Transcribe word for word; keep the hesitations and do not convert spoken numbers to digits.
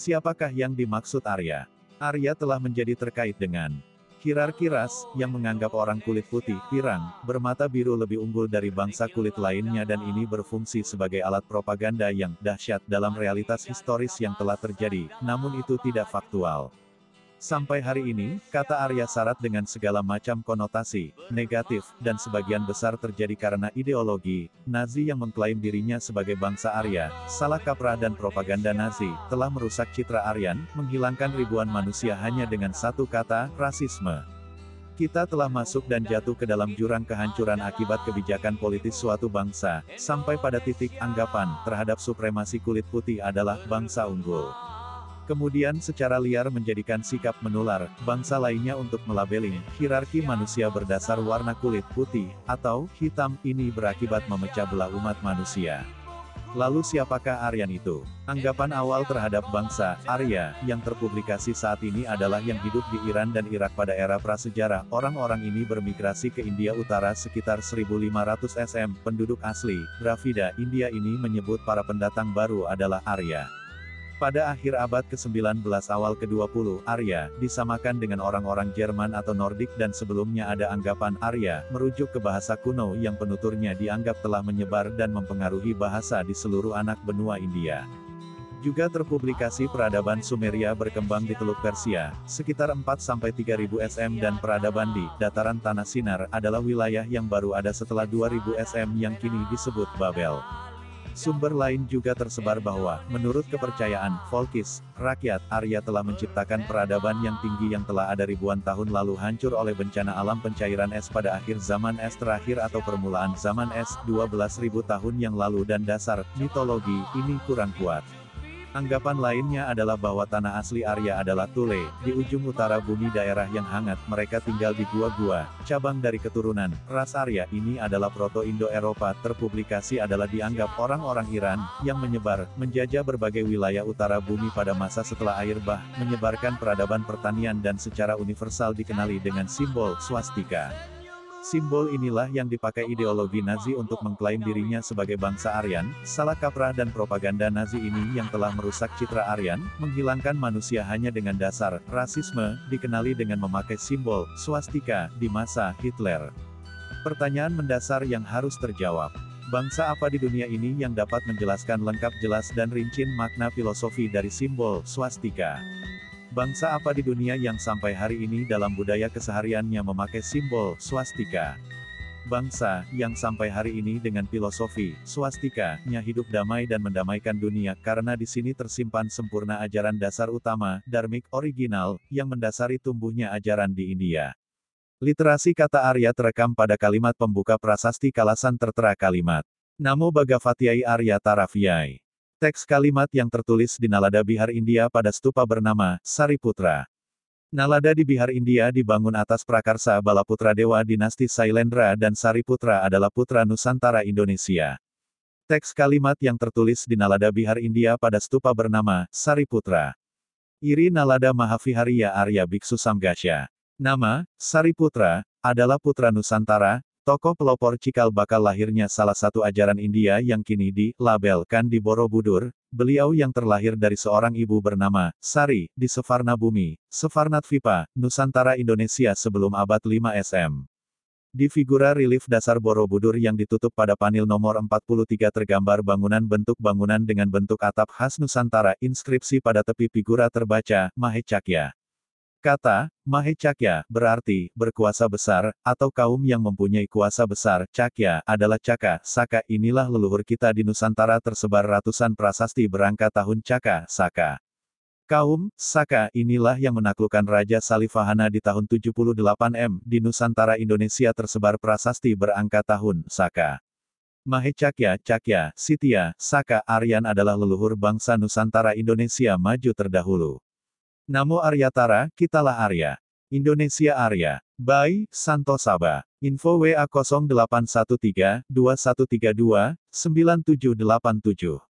Siapakah yang dimaksud Arya? Arya telah menjadi terkait dengan hierarki ras, yang menganggap orang kulit putih, pirang, bermata biru lebih unggul dari bangsa kulit lainnya dan ini berfungsi sebagai alat propaganda yang dahsyat dalam realitas historis yang telah terjadi, namun itu tidak faktual. Sampai hari ini, kata Arya syarat dengan segala macam konotasi negatif, dan sebagian besar terjadi karena ideologi Nazi yang mengklaim dirinya sebagai bangsa Arya. Salah kaprah dan propaganda Nazi telah merusak citra Aryan, menghilangkan ribuan manusia hanya dengan satu kata, rasisme. Kita telah masuk dan jatuh ke dalam jurang kehancuran akibat kebijakan politis suatu bangsa, sampai pada titik anggapan terhadap supremasi kulit putih adalah bangsa unggul. Kemudian secara liar menjadikan sikap menular bangsa lainnya untuk melabeling hierarki manusia berdasar warna kulit putih atau hitam ini berakibat memecah belah umat manusia. Lalu siapakah Aryan itu? Anggapan awal terhadap bangsa Arya yang terpublikasi saat ini adalah yang hidup di Iran dan Irak pada era prasejarah. Orang-orang ini bermigrasi ke India Utara sekitar seribu lima ratus Masehi. Penduduk asli Dravida India ini menyebut para pendatang baru adalah Arya. Pada akhir abad ke sembilan belas awal ke dua puluh, Arya disamakan dengan orang-orang Jerman atau Nordik dan sebelumnya ada anggapan Arya merujuk ke bahasa kuno yang penuturnya dianggap telah menyebar dan mempengaruhi bahasa di seluruh anak benua India. Juga terpublikasi peradaban Sumeria berkembang di Teluk Persia, sekitar empat sampai tiga ribu Masehi dan peradaban di dataran Tanah Sinar adalah wilayah yang baru ada setelah dua ribu Masehi yang kini disebut Babel. Sumber lain juga tersebar bahwa, menurut kepercayaan Folkis, rakyat Arya telah menciptakan peradaban yang tinggi yang telah ada ribuan tahun lalu hancur oleh bencana alam pencairan es pada akhir zaman es terakhir atau permulaan zaman es, dua belas ribu tahun yang lalu dan dasar mitologi ini kurang kuat. Anggapan lainnya adalah bahwa tanah asli Arya adalah Thule, di ujung utara bumi daerah yang hangat, mereka tinggal di gua-gua, cabang dari keturunan, ras Arya ini adalah Proto-Indo-Eropa, terpublikasi adalah dianggap orang-orang Iran, yang menyebar, menjajah berbagai wilayah utara bumi pada masa setelah air bah, menyebarkan peradaban pertanian dan secara universal dikenali dengan simbol swastika. Simbol inilah yang dipakai ideologi Nazi untuk mengklaim dirinya sebagai bangsa Aryan. Salah kaprah dan propaganda Nazi ini yang telah merusak citra Aryan, menghilangkan manusia hanya dengan dasar rasisme, dikenali dengan memakai simbol swastika di masa Hitler. Pertanyaan mendasar yang harus terjawab. Bangsa apa di dunia ini yang dapat menjelaskan lengkap jelas dan rinci makna filosofi dari simbol swastika? Bangsa apa di dunia yang sampai hari ini dalam budaya kesehariannya memakai simbol swastika? Bangsa yang sampai hari ini dengan filosofi swastika-nya hidup damai dan mendamaikan dunia karena di sini tersimpan sempurna ajaran dasar utama, dharmik original, yang mendasari tumbuhnya ajaran di India. Literasi kata Arya terekam pada kalimat pembuka prasasti Kalasan tertera kalimat Namo Bhagavatyai Arya Taravyai. Teks kalimat yang tertulis di Nalada Bihar India pada stupa bernama Sariputra. Nalada di Bihar India dibangun atas prakarsa Balaputra Dewa dinasti Sailendra dan Sariputra adalah putra Nusantara Indonesia. Teks kalimat yang tertulis di Nalada Bihar India pada stupa bernama Sariputra. Iri Nalada Mahavihariya Arya Biksu Samgasya. Nama, Sariputra, adalah putra Nusantara. Tokoh pelopor cikal bakal lahirnya salah satu ajaran India yang kini dilabelkan di Borobudur, beliau yang terlahir dari seorang ibu bernama Sari, di Sevarna Bumi, Sevarnatvipa, Nusantara Indonesia sebelum abad lima Masehi. Di figura relief dasar Borobudur yang ditutup pada panel nomor empat puluh tiga tergambar bangunan bentuk bangunan dengan bentuk atap khas Nusantara, inskripsi pada tepi figura terbaca, Mahecakya. Kata, Mahecakya, berarti, berkuasa besar, atau kaum yang mempunyai kuasa besar. Cakya, adalah Caka, Saka, inilah leluhur kita di Nusantara tersebar ratusan prasasti berangka tahun Caka, Saka. Kaum, Saka, inilah yang menaklukkan Raja Salivahana di tahun tujuh puluh delapan M, di Nusantara Indonesia tersebar prasasti berangka tahun Saka. Mahecakya, Cakya, Sitya, Saka, Aryan adalah leluhur bangsa Nusantara Indonesia maju terdahulu. Namo Aryatara, kitalah Arya. Indonesia Arya. By, Santo Saba. Info W A nol delapan satu tiga, dua satu tiga dua, sembilan tujuh delapan tujuh.